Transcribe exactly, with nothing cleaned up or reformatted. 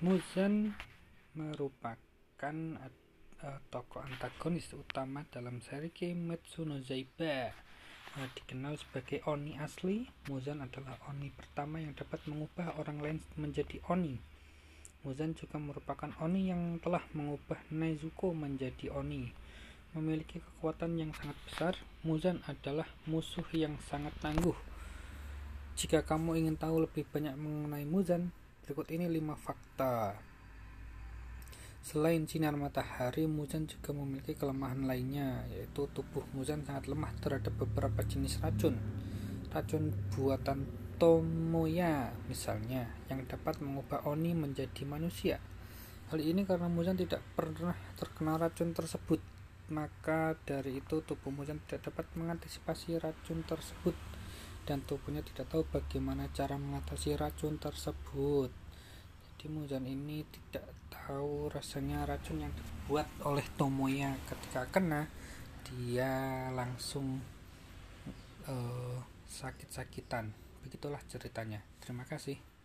Muzan merupakan uh, tokoh antagonis utama dalam seri Kimetsu no Yaiba. Uh, dikenal sebagai Oni asli, Muzan adalah Oni pertama yang dapat mengubah orang lain menjadi Oni. Muzan juga merupakan Oni yang telah mengubah Nezuko menjadi Oni. Memiliki kekuatan yang sangat besar, Muzan adalah musuh yang sangat tangguh. Jika kamu ingin tahu lebih banyak mengenai Muzan, berikut ini lima fakta. Selain sinar matahari, Muzan juga memiliki kelemahan lainnya, yaitu tubuh Muzan sangat lemah terhadap beberapa jenis racun. Racun buatan Tomoya misalnya, yang dapat mengubah Oni menjadi manusia. Hal ini karena Muzan tidak pernah terkena racun tersebut. Maka dari itu tubuh Muzan tidak dapat mengantisipasi racun tersebut, dan tubuhnya tidak tahu bagaimana cara mengatasi racun tersebut. Jadi Muzan ini tidak tahu rasanya racun yang dibuat oleh Tomoya. Ketika kena, dia langsung uh, sakit-sakitan. Begitulah ceritanya. Terima kasih.